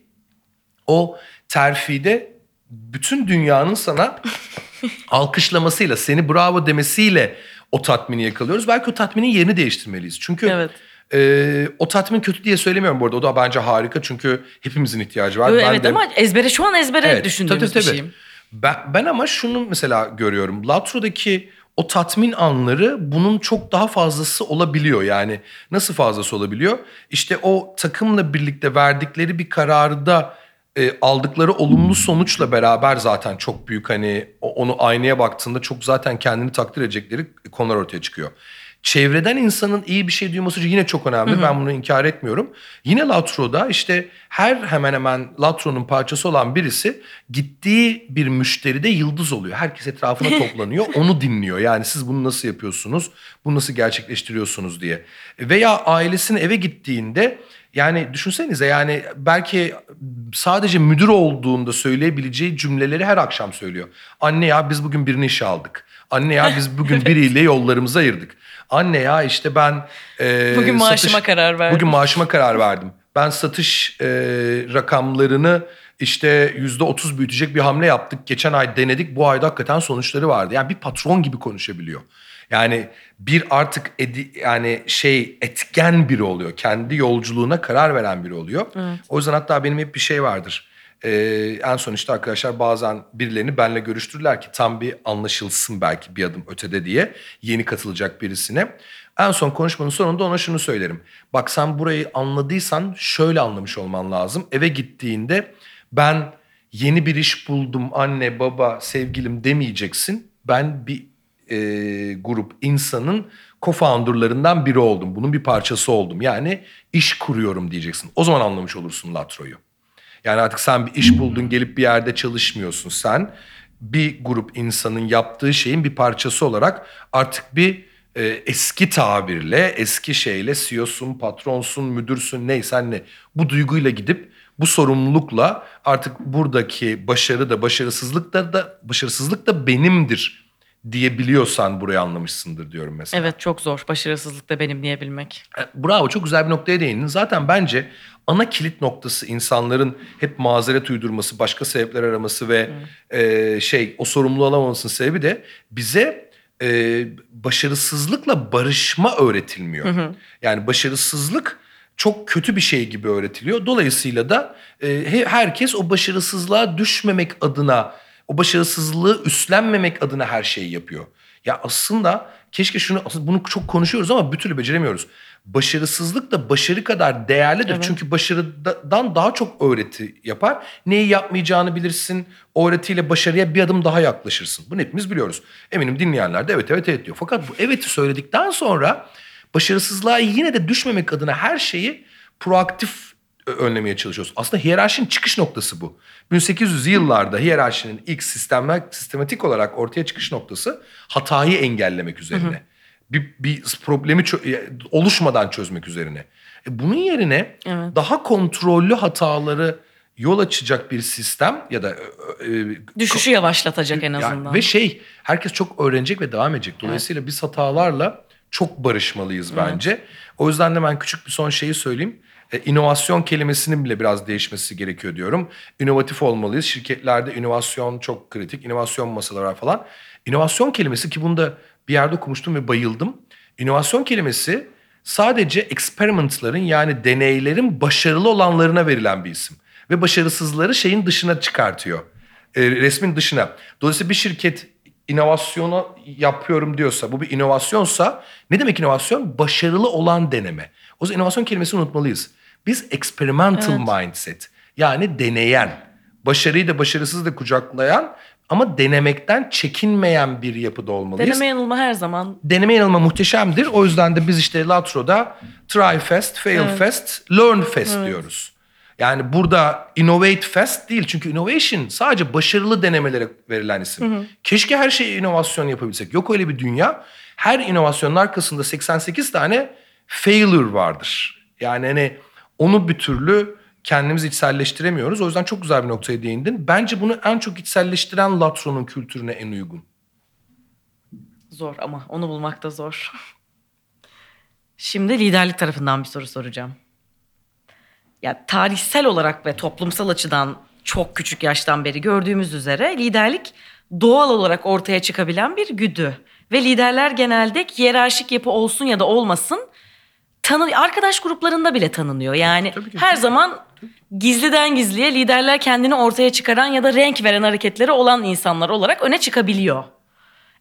o terfide bütün dünyanın sana alkışlamasıyla, seni bravo demesiyle o tatmini yakalıyoruz. Belki o tatminin yerini değiştirmeliyiz. Çünkü evet. e, o tatmin kötü diye söylemiyorum bu arada. O da bence harika, çünkü hepimizin ihtiyacı var. Evet, ben evet de... ama ezbere şu an ezbere evet, düşündüğümüz tabii, tabii. bir şeyim. Ben, ben ama şunu mesela görüyorum. Latro'daki o tatmin anları bunun çok daha fazlası olabiliyor. Yani nasıl fazlası olabiliyor? İşte o takımla birlikte verdikleri bir kararı da e, aldıkları olumlu sonuçla beraber zaten çok büyük, hani onu aynaya baktığında çok zaten kendini takdir edecekleri konular ortaya çıkıyor. Çevreden insanın iyi bir şey duyması yine çok önemli. Hı hı. Ben bunu inkar etmiyorum. Yine Latro'da işte her hemen hemen Latro'nun parçası olan birisi gittiği bir müşteride yıldız oluyor. Herkes etrafına toplanıyor, onu dinliyor. Yani siz bunu nasıl yapıyorsunuz, bunu nasıl gerçekleştiriyorsunuz diye. Veya ailesine eve gittiğinde, yani düşünsenize, yani belki sadece müdür olduğunda söyleyebileceği cümleleri her akşam söylüyor. Anne ya biz bugün birini işe aldık. Anne ya biz bugün biriyle yollarımızı ayırdık. Anne ya işte ben... E, bugün maaşıma satış, karar verdim. Bugün maaşıma karar verdim. Ben satış e, rakamlarını işte yüzde otuz büyütecek bir hamle yaptık. Geçen ay denedik. Bu ayda hakikaten sonuçları vardı. Yani bir patron gibi konuşabiliyor. Yani bir artık edi, yani şey etken biri oluyor. Kendi yolculuğuna karar veren biri oluyor. Evet. O yüzden hatta benim hep bir şey vardır. Ee, en son işte arkadaşlar bazen birilerini benimle görüştürürler ki tam bir anlaşılsın belki bir adım ötede diye, yeni katılacak birisine. En son konuşmanın sonunda ona şunu söylerim. Bak sen burayı anladıysan şöyle anlamış olman lazım. Eve gittiğinde ben yeni bir iş buldum anne baba sevgilim demeyeceksin. Ben bir e, grup insanın co-founder'larından biri oldum. Bunun bir parçası oldum. Yani iş kuruyorum diyeceksin. O zaman anlamış olursun Latro'yu. Yani artık sen bir iş buldun, gelip bir yerde çalışmıyorsun sen. Bir grup insanın yaptığı şeyin bir parçası olarak artık bir e, eski tabirle, eski şeyle C E O'sun, patronsun, müdürsün, neysen ne. Bu duyguyla gidip bu sorumlulukla artık buradaki başarı da başarısızlık da, da başarısızlık da benimdir diyebiliyorsan burayı anlamışsındır diyorum mesela. Evet, çok zor başarısızlık da benim diyebilmek. Bravo, çok güzel bir noktaya değindin. Zaten bence ana kilit noktası insanların hep mazeret uydurması, başka sebepler araması ve e, şey o sorumluluğu alamamasının sebebi de bize e, başarısızlıkla barışma öğretilmiyor. Hı hı. Yani başarısızlık çok kötü bir şey gibi öğretiliyor. Dolayısıyla da e, herkes o başarısızlığa düşmemek adına, o başarısızlığı üstlenmemek adına her şeyi yapıyor. Ya aslında keşke şunu, aslında bunu çok konuşuyoruz ama bir türlü beceremiyoruz. Başarısızlık da başarı kadar değerlidir. Evet. Çünkü başarıdan daha çok öğreti yapar. Neyi yapmayacağını bilirsin. O öğretiyle başarıya bir adım daha yaklaşırsın. Bunu hepimiz biliyoruz. Eminim dinleyenler de evet evet evet diyor. Fakat bu eveti söyledikten sonra başarısızlığa yine de düşmemek adına her şeyi proaktif önlemeye çalışıyoruz. Aslında hiyerarşinin çıkış noktası bu. bin sekiz yüzlü yıllarda hiyerarşinin ilk sistematik, sistematik olarak ortaya çıkış noktası hatayı engellemek üzerine. Hı hı. Bir, bir problemi çö- oluşmadan çözmek üzerine. E bunun yerine evet. daha kontrollü hataları yol açacak bir sistem ya da... E, düşüşü ko- yavaşlatacak en azından. Yani, ve şey, herkes çok öğrenecek ve devam edecek. Dolayısıyla evet. biz hatalarla çok barışmalıyız bence. Evet. O yüzden de ben küçük bir son şeyi söyleyeyim. E, inovasyon kelimesinin bile biraz değişmesi gerekiyor diyorum. İnovatif olmalıyız. Şirketlerde inovasyon çok kritik. İnovasyon masaları var falan. İnovasyon kelimesi, ki bunu da bir yerde okumuştum ve bayıldım. İnovasyon kelimesi sadece experimentların, yani deneylerin başarılı olanlarına verilen bir isim. Ve başarısızları şeyin dışına çıkartıyor. E, resmin dışına. Dolayısıyla bir şirket inovasyonu yapıyorum diyorsa, bu bir inovasyonsa, ne demek inovasyon? Başarılı olan deneme. O zaman inovasyon kelimesini unutmalıyız. Biz experimental evet. mindset, yani deneyen, başarıyı da başarısızı da kucaklayan ama denemekten çekinmeyen bir yapıda olmalıyız. Deneme yanılma her zaman. Deneme yanılma muhteşemdir. O yüzden de biz işte Latro'da try fast, fail evet. fast, learn fast evet. diyoruz. Yani burada innovate fast değil. Çünkü innovation sadece başarılı denemelere verilen isim. Hı hı. Keşke her şeye inovasyon yapabilsek. Yok öyle bir dünya. Her inovasyonun arkasında seksen sekiz tane failure vardır. Yani hani onu bir türlü kendimiz içselleştiremiyoruz. O yüzden çok güzel bir noktaya değindin. Bence bunu en çok içselleştiren Latro'nun kültürüne en uygun. Zor ama onu bulmak da zor. Şimdi liderlik tarafından bir soru soracağım. Ya tarihsel olarak ve toplumsal açıdan çok küçük yaştan beri gördüğümüz üzere liderlik doğal olarak ortaya çıkabilen bir güdü. Ve liderler genelde hiyerarşik yapı olsun ya da olmasın tanı arkadaş gruplarında bile tanınıyor. Yani her zaman gizliden gizliye liderler kendini ortaya çıkaran ya da renk veren hareketleri olan insanlar olarak öne çıkabiliyor.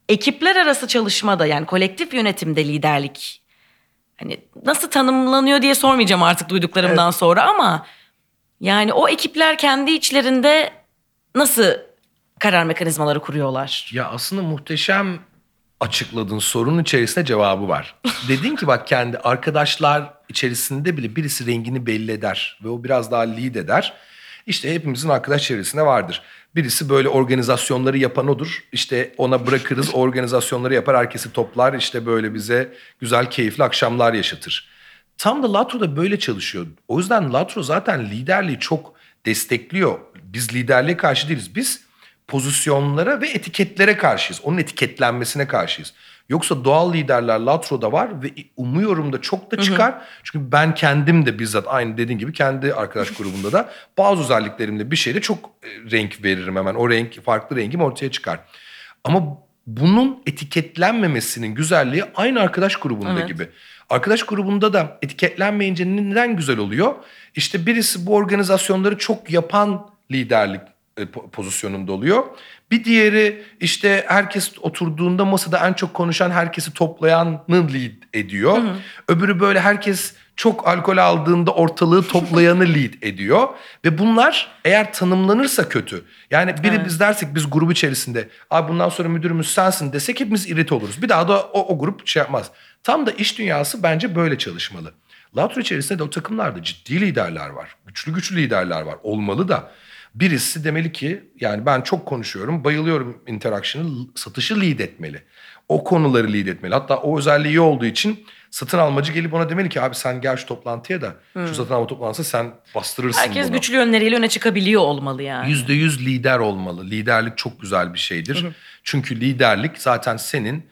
ekipler arası çalışmada yani kolektif yönetimde liderlik hani nasıl tanımlanıyor diye sormayacağım artık duyduklarımdan Evet. sonra ama yani o ekipler kendi içlerinde nasıl karar mekanizmaları kuruyorlar? Ya aslında muhteşem açıkladığın sorunun içerisinde cevabı var. Dedin ki bak kendi arkadaşlar içerisinde bile birisi rengini belli eder ve o biraz daha lead eder. İşte hepimizin arkadaş çevresinde vardır. Birisi böyle organizasyonları yapan odur. İşte ona bırakırız, o organizasyonları yapar, herkesi toplar. İşte böyle bize güzel, keyifli akşamlar yaşatır. Tam da Latro da böyle çalışıyor. O yüzden Latro zaten liderliği çok destekliyor. Biz liderliğe karşı değiliz. Biz pozisyonlara ve etiketlere karşıyız. Onun etiketlenmesine karşıyız. Yoksa doğal liderler Latro'da var ve umuyorum da çok da çıkar. Hı hı. Çünkü ben kendim de bizzat aynı dediğin gibi kendi arkadaş grubunda da bazı özelliklerimle bir şeyde çok renk veririm hemen. O renk, farklı rengim ortaya çıkar. Ama bunun etiketlenmemesinin güzelliği aynı arkadaş grubunda evet. gibi. Arkadaş grubunda da etiketlenmeyince neden güzel oluyor? İşte birisi bu organizasyonları çok yapan liderlik pozisyonunda oluyor. Bir diğeri işte herkes oturduğunda masada en çok konuşan, herkesi toplayanı lead ediyor. Hı hı. Öbürü böyle herkes çok alkol aldığında ortalığı toplayanı lead ediyor. Ve bunlar eğer tanımlanırsa kötü. Yani biri evet. biz dersek biz grubu içerisinde abi bundan sonra müdürümüz sensin desek hepimiz irite oluruz. Bir daha da o, o grup şey yapmaz. Tam da iş dünyası bence böyle çalışmalı. Latro içerisinde de o takımlarda ciddi liderler var. Güçlü güçlü liderler var. Olmalı da. Birisi demeli ki yani ben çok konuşuyorum, bayılıyorum interaction'ı, satışı lead etmeli. O konuları lead etmeli. Hatta o özelliği iyi olduğu için satın almacı gelip ona demeli ki abi sen gel şu toplantıya da hmm. şu satın alma toplantısı sen bastırırsın Herkes bunu. Herkes güçlü yönleriyle öne çıkabiliyor olmalı yani. Yüzde yüz lider olmalı. Liderlik çok güzel bir şeydir. Hı hı. Çünkü liderlik zaten senin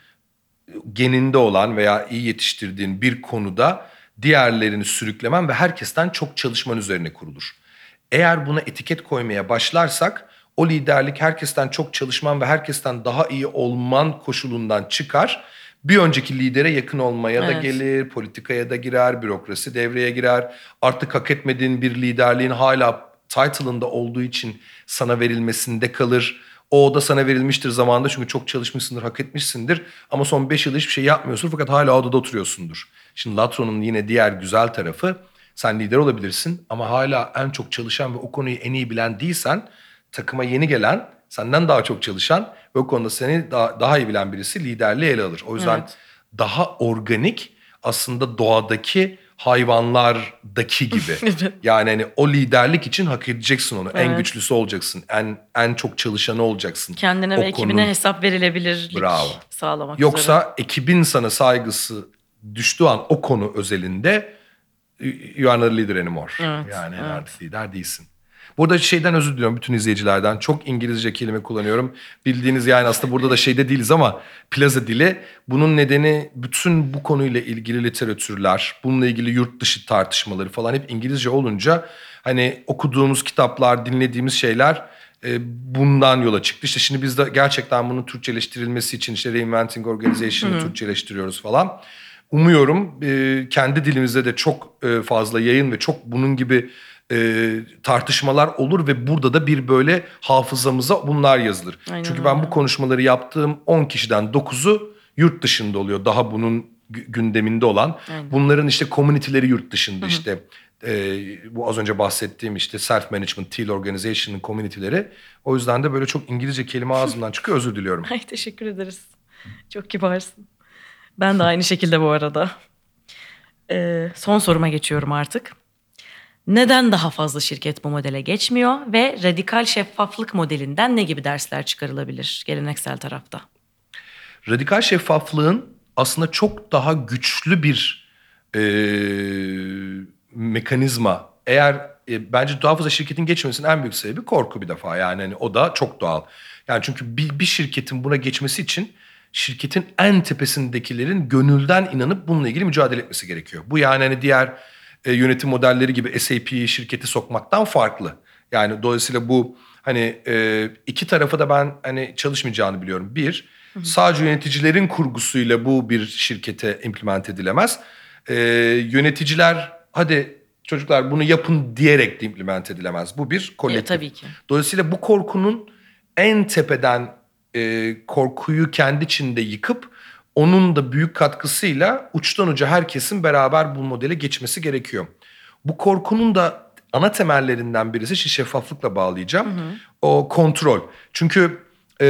geninde olan veya iyi yetiştirdiğin bir konuda diğerlerini sürüklemen ve herkesten çok çalışman üzerine kurulur. Eğer buna etiket koymaya başlarsak o liderlik herkesten çok çalışman ve herkesten daha iyi olman koşulundan çıkar. Bir önceki lidere yakın olmaya evet. da gelir, politikaya da girer, bürokrasi devreye girer. Artık hak etmediğin bir liderliğin hala title'ında olduğu için sana verilmesinde kalır. O da sana verilmiştir zamanında çünkü çok çalışmışsındır, hak etmişsindir. Ama son beş yıl hiçbir şey yapmıyorsun fakat hala odada oturuyorsundur. Şimdi Latro'nun yine diğer güzel tarafı sen lider olabilirsin ama hala en çok çalışan ve o konuyu en iyi bilen değilsen takıma yeni gelen, senden daha çok çalışan ve o konuda seni daha, daha iyi bilen birisi liderliği ele alır. O yüzden evet. daha organik aslında doğadaki hayvanlardaki gibi. evet. Yani hani o liderlik için hak edeceksin onu. Evet. En güçlüsü olacaksın. En en çok çalışanı olacaksın. Kendine o ve ekibine konunun... hesap verilebilirlik Bravo. sağlamak Yoksa üzere. ekibin sana saygısı düştüğü an o konu özelinde you are not a leader anymore. Evet, yani evet. artık lider değilsin. Burada şeyden özür diliyorum bütün izleyicilerden. Çok İngilizce kelime kullanıyorum. Bildiğiniz yani aslında burada da şeyde değiliz ama plaza dili. Bunun nedeni bütün bu konuyla ilgili literatürler, bununla ilgili yurt dışı tartışmaları falan hep İngilizce olunca hani okuduğumuz kitaplar, dinlediğimiz şeyler e, bundan yola çıktı. İşte şimdi biz de gerçekten bunun Türkçeleştirilmesi için işte Reinventing Organization'ı Türkçeleştiriyoruz falan. Umuyorum e, kendi dilimizde de çok e, fazla yayın ve çok bunun gibi e, tartışmalar olur ve burada da bir böyle hafızamıza bunlar yazılır. Aynen Çünkü ben öyle. Bu konuşmaları yaptığım on kişiden dokuzu yurt dışında oluyor. Daha bunun gündeminde olan. Aynen. Bunların işte community'leri yurt dışında. Hı-hı. işte e, bu az önce bahsettiğim işte self management, teal organization'ın community'leri. O yüzden de böyle çok İngilizce kelime ağzımdan çıkıyor. Özür diliyorum. Ay teşekkür ederiz. Çok kibarsın. Ben de aynı şekilde bu arada. Ee, son soruma geçiyorum artık. Neden daha fazla şirket bu modele geçmiyor ve radikal şeffaflık modelinden ne gibi dersler çıkarılabilir geleneksel tarafta? Radikal şeffaflığın aslında çok daha güçlü bir e, mekanizma. Eğer e, bence daha fazla şirketin geçmesinin en büyük sebebi korku bir defa. Yani hani o da çok doğal. Yani çünkü bir, bir şirketin buna geçmesi için şirketin en tepesindekilerin gönülden inanıp bununla ilgili mücadele etmesi gerekiyor. Bu yani hani diğer e, yönetim modelleri gibi S A P'yi şirketi sokmaktan farklı. Yani dolayısıyla bu hani e, iki tarafa da ben hani çalışmayacağını biliyorum. Bir, hı hı. sadece yöneticilerin kurgusuyla bu bir şirkete implement edilemez. E, yöneticiler hadi çocuklar bunu yapın diyerek de implement edilemez. Bu bir kolektif. E, tabii ki. Dolayısıyla bu korkunun en tepeden e, korkuyu kendi içinde yıkıp onun da büyük katkısıyla uçtan uca herkesin beraber bu modele geçmesi gerekiyor. Bu korkunun da ana temellerinden birisi, işte şeffaflıkla bağlayacağım. Hı hı. O kontrol. Çünkü e,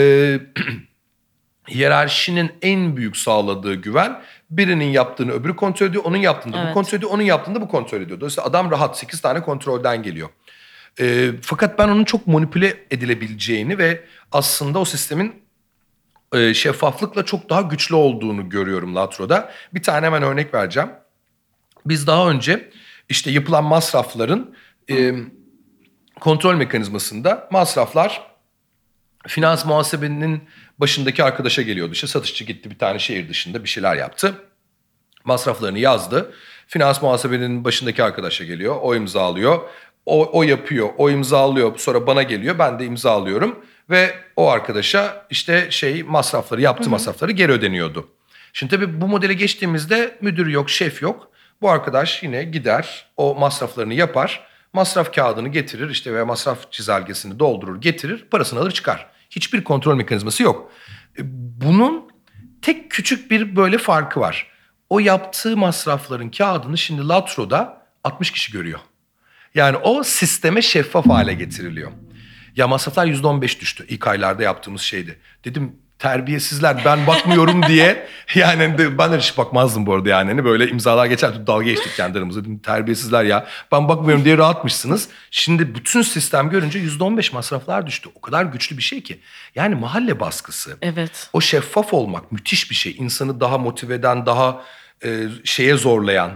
hiyerarşinin en büyük sağladığı güven, birinin yaptığını öbürü kontrol ediyor, onun yaptığını da evet. bu kontrol ediyor, onun yaptığını da bu kontrol ediyor. Dolayısıyla adam rahat, sekiz tane kontrolden geliyor. E, fakat ben onun çok manipüle edilebileceğini ve aslında o sistemin e, şeffaflıkla çok daha güçlü olduğunu görüyorum Latro'da. Bir tane hemen örnek vereceğim. Biz daha önce işte yapılan masrafların e, kontrol mekanizmasında masraflar finans muhasebenin başındaki arkadaşa geliyordu. İşte satışçı gitti bir tane şehir dışında bir şeyler yaptı. Masraflarını yazdı. Finans muhasebenin başındaki arkadaşa geliyor. O imzalıyor. O, o yapıyor. O imzalıyor. Sonra bana geliyor. Ben de imzalıyorum. Ve o arkadaşa işte şey masrafları yaptı, masrafları geri ödeniyordu. Şimdi tabii bu modele geçtiğimizde müdür yok, şef yok. Bu arkadaş yine gider, o masraflarını yapar. Masraf kağıdını getirir işte veya masraf çizelgesini doldurur, getirir, parasını alır çıkar. Hiçbir kontrol mekanizması yok. Bunun tek küçük bir böyle farkı var. O yaptığı masrafların kağıdını şimdi Latro'da altmış kişi görüyor. Yani o sisteme şeffaf hale getiriliyor. Ya masraflar yüzde on beş düştü. İlk aylarda yaptığımız şeydi. Dedim terbiyesizler ben bakmıyorum diye. Yani de, ben de hiç bakmazdım bu arada yani. Hani böyle imzalar geçer dalga geçtik kendi aramızda. Dedim terbiyesizler ya ben bakmıyorum diye rahatmışsınız. Şimdi bütün sistem görünce yüzde on beş masraflar düştü. O kadar güçlü bir şey ki. Yani mahalle baskısı. Evet. O şeffaf olmak müthiş bir şey. İnsanı daha motive eden, daha e, şeye zorlayan,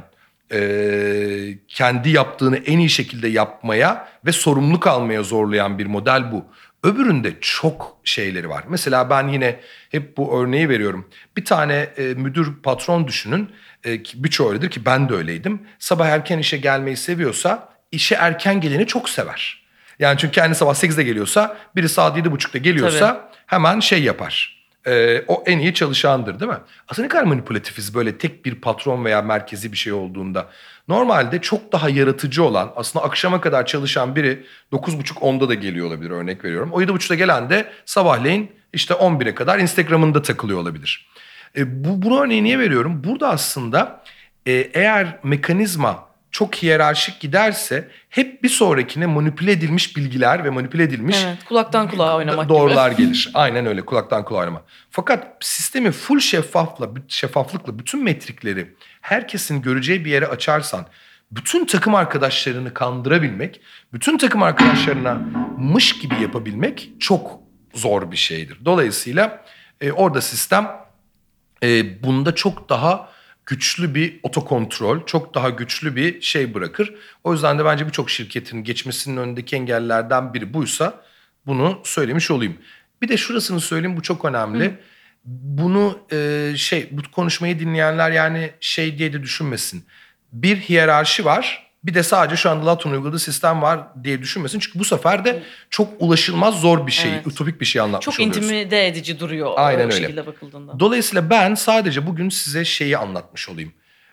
e, kendi yaptığını en iyi şekilde yapmaya ve sorumluluk almaya zorlayan bir model bu. Öbüründe çok şeyleri var. Mesela ben yine hep bu örneği veriyorum. Bir tane e, müdür, patron düşünün. E, birçoğu öyledir ki ben de öyleydim. Sabah erken işe gelmeyi seviyorsa işe erken geleni çok sever. Yani çünkü kendi sabah sekizde geliyorsa biri saat yedi buçukta geliyorsa tabii. hemen şey yapar. Ee, o en iyi çalışandır değil mi? Aslında ne kadar manipülatifiz böyle tek bir patron veya merkezi bir şey olduğunda. Normalde çok daha yaratıcı olan, aslında akşama kadar çalışan biri dokuz buçuk onda da geliyor olabilir, örnek veriyorum. O yedi buçukta gelen de sabahleyin işte on bire kadar Instagram'ında takılıyor olabilir. E, bu, bunu örneği niye veriyorum? Burada aslında e, eğer mekanizma çok hiyerarşik giderse hep bir sonrakine manipüle edilmiş bilgiler ve manipüle edilmiş evet, kulaktan kulağa oynamak doğrular gibi. gelir. Aynen öyle, kulaktan kulağa oynama. Fakat sistemi full şeffafla, şeffaflıkla bütün metrikleri herkesin göreceği bir yere açarsan bütün takım arkadaşlarını kandırabilmek, bütün takım arkadaşlarına mış gibi yapabilmek çok zor bir şeydir. Dolayısıyla e, orada sistem e, bunda çok daha güçlü bir otokontrol, çok daha güçlü bir şey bırakır. O yüzden de bence birçok şirketin geçmesinin önündeki engellerden biri buysa bunu söylemiş olayım. Bir de şurasını söyleyeyim, bu çok önemli. Hı. Bunu e, şey bu konuşmayı dinleyenler yani şey diye de düşünmesin. Bir hiyerarşi var. Bir de sadece şu anda Latro'nun uyguladığı sistem var diye düşünmesin. Çünkü bu sefer de çok ulaşılmaz zor bir şey, evet. ütopik bir şey anlatmış çok oluyoruz. Çok intimide edici duruyor. Aynen öyle. Şekilde bakıldığında. Dolayısıyla ben sadece bugün size şeyi anlatmış olayım.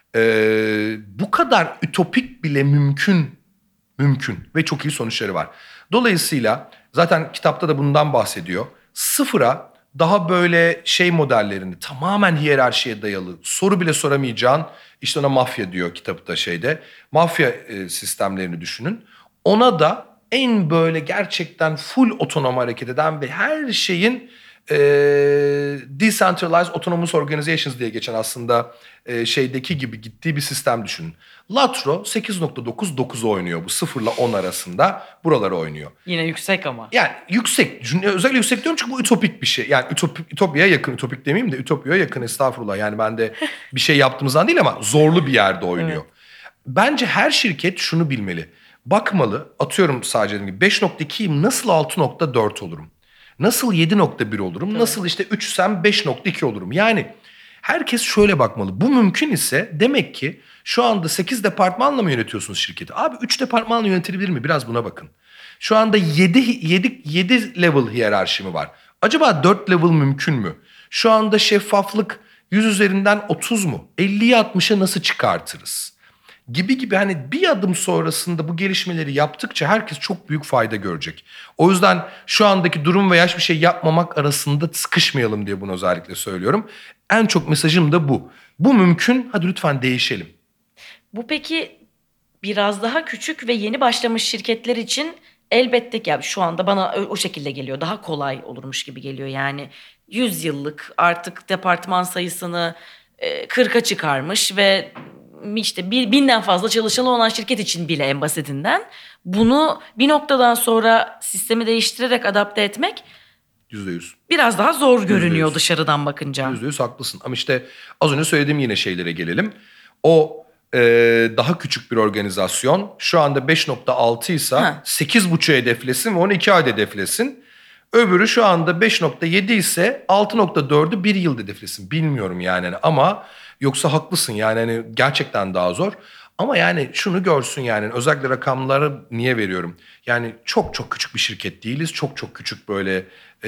Ee, bu kadar ütopik bile mümkün, mümkün ve çok iyi sonuçları var. Dolayısıyla zaten kitapta da bundan bahsediyor. Sıfıra daha böyle şey modellerini tamamen hiyerarşiye dayalı, soru bile soramayacağın, işte ona mafya diyor kitapta şeyde. Mafya e, sistemlerini düşünün. Ona da en böyle gerçekten full otonom hareket eden ve her şeyin e, decentralized autonomous organizations diye geçen aslında e, şeydeki gibi gittiği bir sistem düşünün. Latro sekiz nokta dokuz dokuz oynuyor bu sıfırla on arasında, buraları oynuyor. Yine yüksek ama. Yani yüksek, özellikle yüksek diyorum çünkü bu ütopik bir şey. Yani ütopik, ütopyaya yakın, ütopik demeyeyim de ütopyaya yakın, estağfurullah. Yani ben de bir şey yaptığımızdan değil ama zorlu bir yerde oynuyor. Evet. Bence her şirket şunu bilmeli. Bakmalı, atıyorum sadece dediğim gibi beş nokta ikiyim, nasıl altı nokta dört olurum? Nasıl yedi nokta bir olurum? Evet. Nasıl işte üçsem beş nokta iki olurum? Yani herkes şöyle bakmalı. Bu mümkün ise demek ki şu anda sekiz departmanla mı yönetiyorsunuz şirketi? Abi üç departmanla yönetilebilir mi? Biraz buna bakın. Şu anda yedi level hiyerarşi mi var? Acaba dört level mümkün mü? Şu anda şeffaflık yüz üzerinden otuz mu? elliye altmışa nasıl çıkartırız? gibi gibi hani bir adım sonrasında bu gelişmeleri yaptıkça herkes çok büyük fayda görecek. O yüzden şu andaki durum veya hiçbir şey yapmamak arasında sıkışmayalım diye bunu özellikle söylüyorum. En çok mesajım da bu. Bu mümkün, hadi lütfen değişelim. Bu peki biraz daha küçük ve yeni başlamış şirketler için elbette ki yani şu anda bana o şekilde geliyor. Daha kolay olurmuş gibi geliyor. Yani yüz yıllık artık departman sayısını kırka çıkarmış ve işte bir, binden fazla çalışanı olan şirket için bile en basitinden bunu bir noktadan sonra sistemi değiştirerek adapte etmek Yüzde yüz. biraz daha zor görünüyor Yüzde yüz. dışarıdan bakınca. Yüzde yüz haklısın. Ama işte az önce söylediğim yine şeylere gelelim. O e, daha küçük bir organizasyon şu anda beş nokta altı ise sekiz buçuk hedeflesin ve onu iki ay hedeflesin. Öbürü şu anda beş nokta yedi ise altı nokta dördü bir yıl hedeflesin. Bilmiyorum yani ama yoksa haklısın yani hani gerçekten daha zor. Ama yani şunu görsün yani özellikle rakamları niye veriyorum? Yani çok çok küçük bir şirket değiliz. Çok çok küçük böyle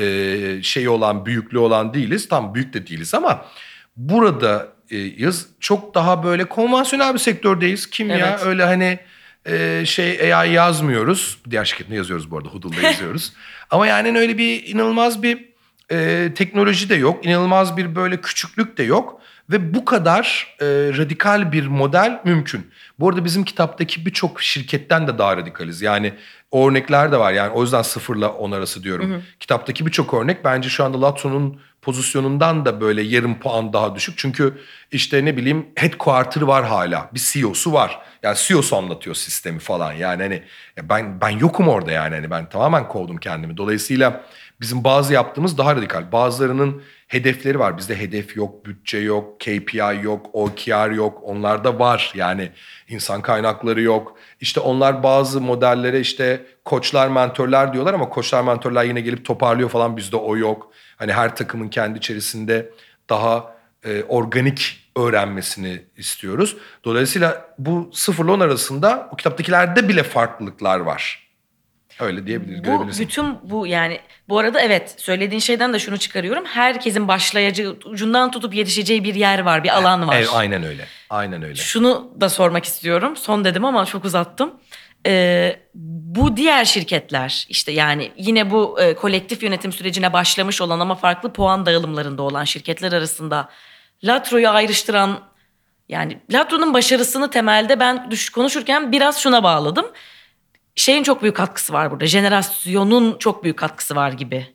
e, şey olan, büyüklüğü olan değiliz. Tam büyük de değiliz ama burada e, yaz çok daha böyle konvansiyonel bir sektördeyiz. Kimya Evet. öyle hani e, şey A I yazmıyoruz. Diğer şirketinde yazıyoruz bu arada. Hudul'da yazıyoruz. Ama yani öyle bir inanılmaz bir e, teknoloji de yok. İnanılmaz bir böyle küçüklük de yok. Ve bu kadar e, radikal bir model mümkün. Bu arada bizim kitaptaki birçok şirketten de daha radikaliz. Yani o örnekler de var. Yani o yüzden sıfırla on arası diyorum. Hı hı. Kitaptaki birçok örnek bence şu anda Latro'nun pozisyonundan da böyle yarım puan daha düşük. Çünkü işte ne bileyim headquarter var hala. Bir C E O'su var. Yani C E O'su anlatıyor sistemi falan. Yani hani ben ben yokum orada yani. Hani ben tamamen kovdum kendimi. Dolayısıyla bizim bazı yaptığımız daha radikal. Bazılarının hedefleri var. Bizde hedef yok, bütçe yok, K P I yok, O K R yok. Onlarda var. Yani insan kaynakları yok. İşte onlar bazı modellere işte koçlar, mentörler diyorlar ama koçlar, mentörler yine gelip toparlıyor falan. Bizde o yok. Hani her takımın kendi içerisinde daha e, organik öğrenmesini istiyoruz. Dolayısıyla bu sıfırla on arasında o kitaptakilerde bile farklılıklar var. Öyle diyebiliriz, Bu görebilirsin. bütün bu yani bu arada evet söylediğin şeyden de şunu çıkarıyorum. Herkesin başlayacağı ucundan tutup yetişeceği bir yer var, bir alan var. Evet, aynen öyle. Aynen öyle. Şunu da sormak istiyorum. Son dedim ama çok uzattım. Ee, bu diğer şirketler işte yani yine bu e, kolektif yönetim sürecine başlamış olan ama farklı puan dağılımlarında olan şirketler arasında Latro'yu ayrıştıran yani Latro'nun başarısını temelde ben düş konuşurken biraz şuna bağladım. Şeyin çok büyük katkısı var burada. Jenerasyonun çok büyük katkısı var gibi.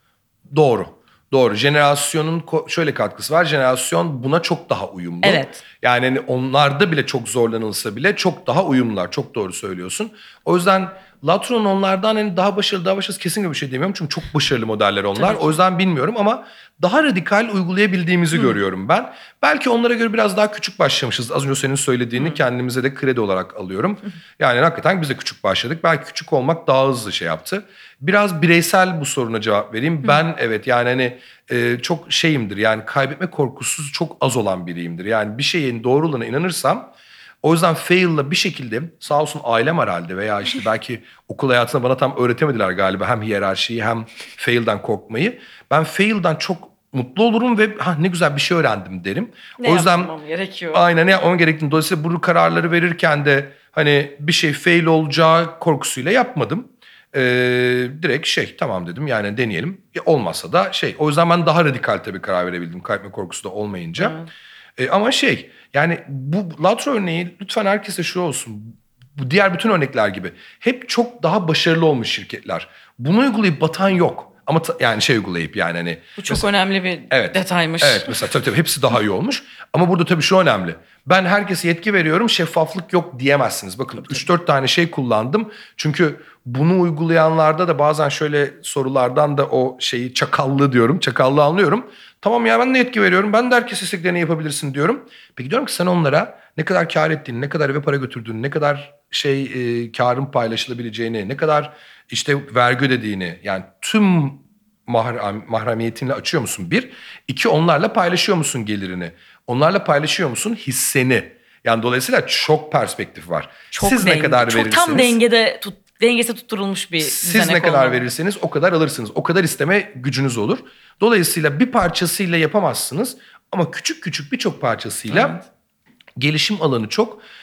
Doğru. Doğru. Jenerasyonun şöyle katkısı var. Jenerasyon buna çok daha uyumlu. Evet. Yani hani onlarda bile çok zorlanılsa bile çok daha uyumlular. Çok doğru söylüyorsun. O yüzden Latro'nun onlardan hani daha başarılı, daha başarısız kesinlikle bir şey demiyorum. Çünkü çok başarılı modeller onlar. O yüzden bilmiyorum ama daha radikal uygulayabildiğimizi Hı. görüyorum ben. Belki onlara göre biraz daha küçük başlamışız. Az önce senin söylediğini Hı. kendimize de kredi olarak alıyorum. Hı. Yani hakikaten biz de küçük başladık. Belki küçük olmak daha hızlı şey yaptı. Biraz bireysel bu soruna cevap vereyim. Hı. Ben evet yani hani e, çok şeyimdir. Yani kaybetme korkusu çok az olan biriyimdir. Yani bir şeyin doğruluğuna inanırsam o yüzden fail'la bir şekilde sağ olsun ailem herhalde veya işte belki okul hayatında bana tam öğretemediler galiba hem hiyerarşiyi hem fail'den korkmayı. Ben fail'dan çok mutlu olurum ve ha ne güzel bir şey öğrendim derim. Ne o yüzden yapmam gerekiyor? Aynen ne yapmam gerektiğini. Dolayısıyla bu kararları verirken de hani bir şey fail olacağı korkusuyla yapmadım. Ee, direkt şey tamam dedim yani deneyelim. Ya olmazsa da şey o yüzden ben daha radikal tabii karar verebildim kaybetme korkusu da olmayınca. Ee, ama şey yani bu Latro örneği lütfen herkese şu olsun. Bu diğer bütün örnekler gibi hep çok daha başarılı olmuş şirketler. Bunu uygulayıp batan yok. Ama ta, yani şey uygulayıp yani hani. Bu çok mesela, önemli bir evet, detaymış. Evet mesela tabii tabii hepsi daha iyi olmuş. Ama burada tabii şu önemli. Ben herkese yetki veriyorum şeffaflık yok diyemezsiniz. Bakın üç dört tane şey kullandım. Çünkü bunu uygulayanlarda da bazen şöyle sorulardan da o şeyi çakallı diyorum. Çakallı anlıyorum. Tamam ya ben de yetki veriyorum. Ben de herkes istediklerini yapabilirsin diyorum. Peki diyorum ki sen onlara ne kadar kar ettiğini, ne kadar eve para götürdüğünü, ne kadar şey e, karın paylaşılabileceğini, ne kadar işte vergi ödediğini yani tüm mahrem, mahremiyetinle açıyor musun? Bir. İki onlarla paylaşıyor musun gelirini? Onlarla paylaşıyor musun hisseni? Yani dolayısıyla çok perspektif var. Çok Siz denge, ne kadar çok verirsiniz? Tam dengede tut, dengesi tutturulmuş bir Siz ne kadar olmalı. verirseniz o kadar alırsınız. O kadar isteme gücünüz olur. Dolayısıyla bir parçasıyla yapamazsınız. Ama küçük küçük birçok parçasıyla evet. gelişim alanı çok.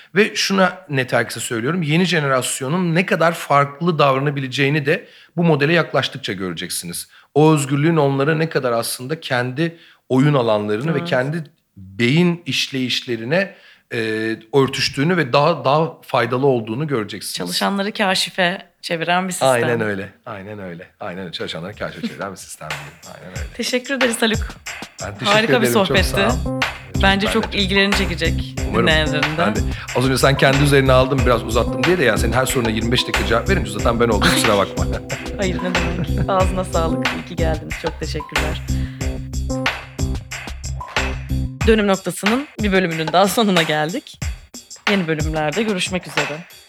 Ve şuna net herkese söylüyorum. Yeni jenerasyonun ne kadar farklı davranabileceğini de bu modele yaklaştıkça göreceksiniz. O özgürlüğün onlara ne kadar aslında kendi oyun alanlarını Evet. ve kendi beyin işleyişlerine e, örtüştüğünü ve daha daha faydalı olduğunu göreceksiniz. Çalışanları kaşife çeviren bir sistem. Aynen öyle. Aynen öyle. Aynen öyle. Çalışanları karşı çeviren bir sistem diyelim. Aynen öyle. Teşekkür ederiz Haluk. Ben teşekkür Harika bir ederim. Çok sohbetti. sağ ol. Bence Ben çok de ilgilerini çekecek Umarım. dinleyenlerin de. Ben de. Az önce sen kendi üzerine aldın, biraz uzattım diye de yani senin her soruna yirmi beş dakika cevap verince zaten ben oldum, kusura bakma. Hayır, ne demek. Ağzına sağlık. İyi ki geldiniz. Çok teşekkürler. Dönüm Noktası'nın bir bölümünün daha sonuna geldik. Yeni bölümlerde görüşmek üzere.